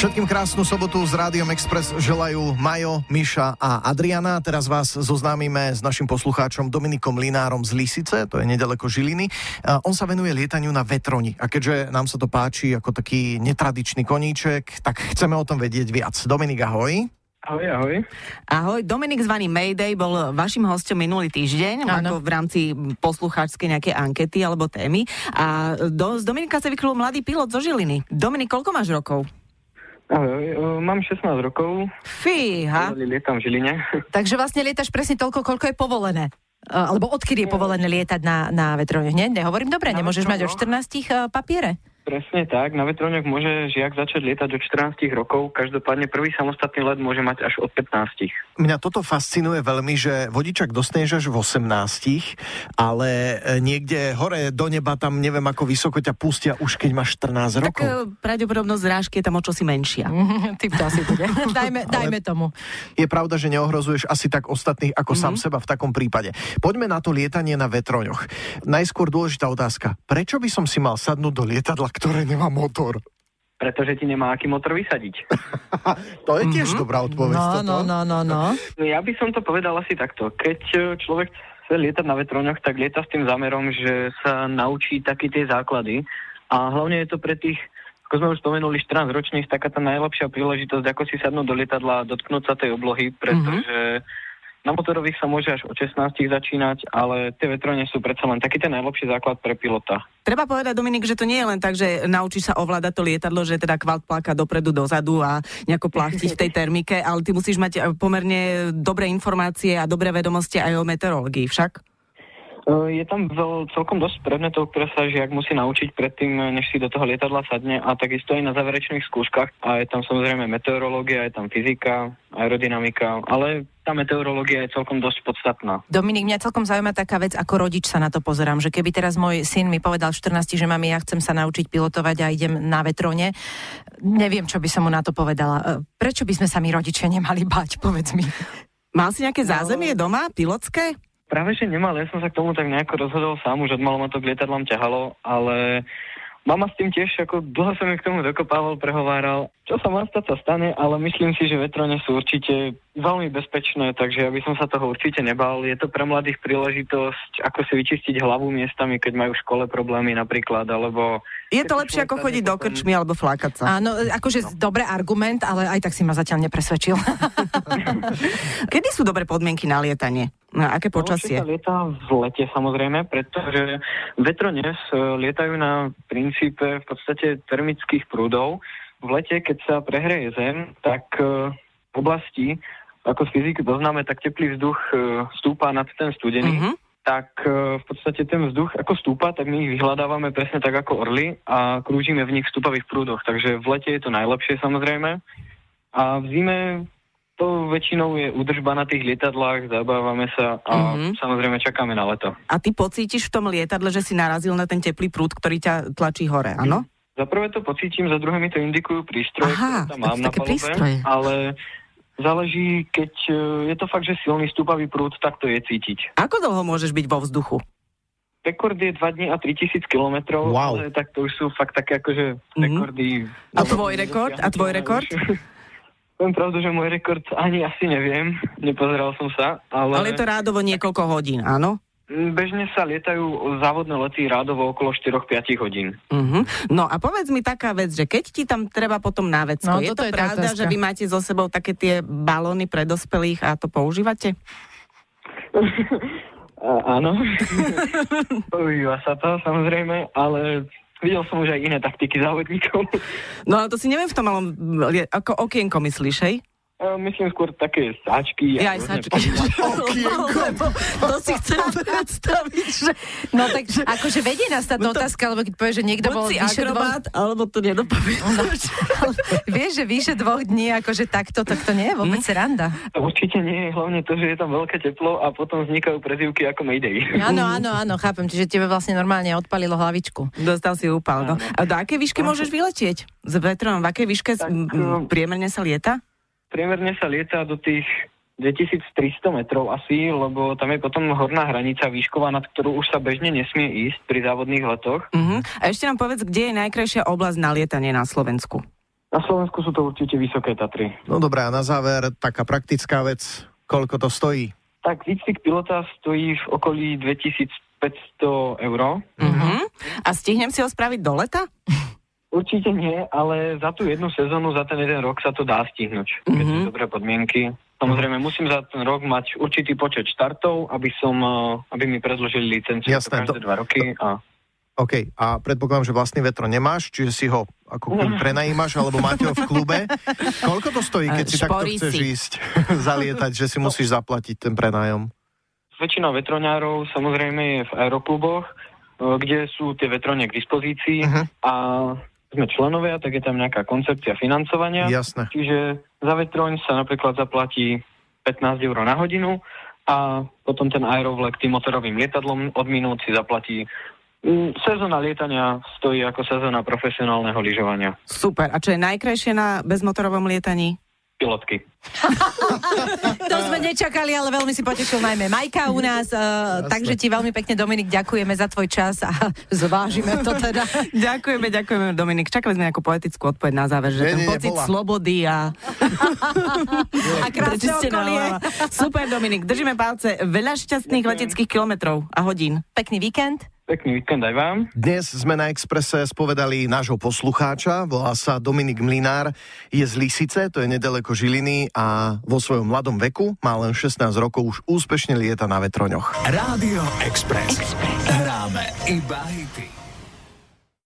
Všetkým krásnu sobotu z Rádiom Express želajú Majo, Miša a Adriana. Teraz vás zoznámime s našim poslucháčom Dominikom Linárom z Lisice, to je nedaleko Žiliny. On sa venuje lietaniu na vetroni a keďže nám sa to páči ako taký netradičný koníček, tak chceme o tom vedieť viac. Dominik, ahoj. Ahoj, ahoj. Ahoj, Dominik zvaný Mayday bol vašim hosťom minulý týždeň, ako v rámci poslucháčskej nejakej ankety alebo témy. A z Dominika sa vykryl mladý pilot zo Žiliny. Dominik, koľko máš rokov? Ahoj, mám 16 rokov. Fíha. Lietam v Žiline. Takže vlastne lietaš presne toľko, koľko je povolené. Alebo odkedy je povolené lietať na vetroňoch, nie? Nehovorím dobre, nemôžeš mať o 14 papiere? Presne tak, na vetroňoch môže žiak začať lietať od 14 rokov, každopádne prvý samostatný let môže mať až od 15. Mňa toto fascinuje veľmi, že vodičak dostaneš až v 18, ale niekde hore do neba, tam neviem ako vysoko ťa pustia už keď máš 14 rokov. Tak pravdepodobnosť zrážky je tam o čosi menšia. Typ to asi bude. Dajme tomu. Je pravda, že neohrozuješ asi tak ostatných ako sám seba v takom prípade. Poďme na to lietanie na vetroňoch. Najskôr dôležitá otázka. Prečo by som si mal sadnúť do lietadla, ktoré nemá motor? Pretože ti nemá aký motor vysadiť. To je tiež dobrá odpoveď. No. Ja by som to povedal asi takto. Keď človek chce lietať na vetroňoch, tak lieta s tým zámerom, že sa naučí také tie základy. A hlavne je to pre tých, ako sme už spomenuli, 14-ročných, taká tá najlepšia príležitosť, ako si sadnúť do lietadla a dotknúť sa tej oblohy, pretože na motorových sa môže až od 16 začínať, ale tie vetrone sú predsa len taký ten najlepší základ pre pilota. Treba povedať, Dominik, že to nie je len tak, že naučíš sa ovládať to lietadlo, že teda kvalt pláka dopredu, dozadu a nejako plachtiť v tej termike, ale ty musíš mať pomerne dobré informácie a dobré vedomosti aj o meteorológii však? Je tam celkom dosť predmetov, ktoré sa žiak musí naučiť predtým, než si do toho lietadla sadne, a takisto aj na záverečných skúškach. A je tam samozrejme meteorológia, je tam fyzika, aerodynamika, ale tá meteorológia je celkom dosť podstatná. Dominik, mňa celkom zaujíma taká vec, ako rodič sa na to pozerám, že keby teraz môj syn mi povedal v 14, že mami, ja chcem sa naučiť pilotovať a idem na vetrone, neviem, čo by som mu na to povedala. Prečo by sme sa my rodičia nemali bať, povedz mi? Mal si nejaké zázemie doma, pilotské? Práve, že nemal, ja som sa k tomu tak nejako rozhodol sám, už od malo ma to k lietadlám ťahalo, ale mama s tým tiež, ako dlho som mi k tomu dokopával, prehováral, čo sa má stať, sa stane, ale myslím si, že vetrone sú určite veľmi bezpečné, takže ja by som sa toho určite nebal. Je to pre mladých príležitosť, ako si vyčistiť hlavu miestami, keď majú v škole problémy napríklad, alebo... Je to lepšie ako chodiť do krčmy alebo flákať sa. Áno, akože dobrý argument, ale aj tak si ma zatiaľ nepresvedčil. Kedy sú dobré podmienky na lietanie? Na aké počasie? Sa lieta v lete samozrejme, pretože vetrone lietajú na princípe v podstate termických prúdov. V lete, keď sa prehreje zem, tak v oblasti, ako z fyziky poznáme, tak teplý vzduch stúpa nad ten studený. Tak v podstate ten vzduch ako stúpa, tak my ich vyhľadávame presne tak ako orly a krúžime v nich v stúpavých prúdoch. Takže v lete je to najlepšie samozrejme. A v zime to väčšinou je údržba na tých lietadlách, zabávame sa a samozrejme čakáme na leto. A ty pocítiš v tom lietadle, že si narazil na ten teplý prúd, ktorý ťa tlačí hore, áno? Za prvé to pocítim, za druhé mi to indikujú prístroje, ktoré tam mám na palube, ale záleží, keď je to fakt, že silný stúpavý prúd, tak to je cítiť. Ako dlho môžeš byť vo vzduchu? Rekord je 2 dní a 3000 kilometrov, ale tak to už sú fakt také akože rekordy. A tvoj rekord? Poviem pravdu, že môj rekord ani asi neviem, nepozeral som sa, ale... Ale je to rádovo niekoľko hodín, áno? Bežne sa lietajú závodné lety rádovo okolo 4-5 hodín. No a povedz mi taká vec, že keď ti tam treba potom na vecko, je to pravda, že vy máte so sebou také tie balóny pre dospelých a to používate? Áno. Používa sa to, samozrejme, ale videl som už aj iné taktiky závodníkov. No ale to si neviem v tom malom, ako okienko myslíš, hej? Myslím skôr také sáčky. Ja aj sáčky. To si chcem predstaviť, že... No tak akože vedie nás táto otázka, lebo keď povieš, že niekto bol vyše akrobát, alebo to nedopovie. Vieš, že vyše 2 dní, akože takto, tak to nie je vôbec sranda. Určite nie, hlavne to, že je tam veľké teplo a potom vznikajú prezývky ako Mayday. Áno, chápem, čiže tebe vlastne normálne odpalilo hlavičku. Dostal si úpal, no. A do akej výšky môžeš vyletieť? S vetronom, v akej výške priemerne sa lieta? Priemerne sa lieta do tých 2300 metrov asi, lebo tam je potom horná hranica výšková, nad ktorú už sa bežne nesmie ísť pri závodných letoch. A ešte nám povedz, kde je najkrajšia oblasť na lietanie na Slovensku? Na Slovensku sú to určite Vysoké Tatry. No dobré, a na záver taká praktická vec, koľko to stojí? Tak výcvik pilota stojí v okolí 2500 €. Uh-huh. A stihnem si ho spraviť do leta? Určite nie, ale za tú jednu sezónu, za ten jeden rok sa to dá stihnúť, keď sú dobré podmienky. Samozrejme, musím za ten rok mať určitý počet štartov, aby mi predložili licenciu každé 2 roky. OK, a predpokladám, že vlastný vetro nemáš, čiže si ho ako prenajímaš, alebo máte ho v klube. Koľko to stojí, keď si takto chceš ísť zalietať, že si musíš zaplatiť ten prenájom? Väčšina vetroňárov samozrejme je v aerokluboch, kde sú tie vetrone k dispozícii a sme členovia, tak je tam nejaká koncepcia financovania. Jasné. Čiže za vetroň sa napríklad zaplatí 15 € na hodinu a potom ten aerovlek tým motorovým lietadlom od minút si zaplatí. Sezóna lietania stojí ako sezóna profesionálneho lyžovania. Super. A čo je najkrajšie na bezmotorovom lietaní? Pilotky. To sme nečakali, ale veľmi si potešil najmä Majka u nás. Takže ti veľmi pekne, Dominik, ďakujeme za tvoj čas a zvážime to teda. Ďakujeme, Dominik. Čakali sme nejakú poetickú odpoveď na záver, že ten pocit slobody a krásne okolie. Super, Dominik. Držíme palce. Veľa šťastných leteckých kilometrov a hodín. Pekný víkend. Pekný víkend aj vám. Dnes sme na Expresse spovedali nášho poslucháča, volá sa Dominik Mlynár, je z Lisice, to je nedaleko Žiliny a vo svojom mladom veku, má len 16 rokov, už úspešne lieta na vetroňoch. Rádio Express. Hráme iba hity.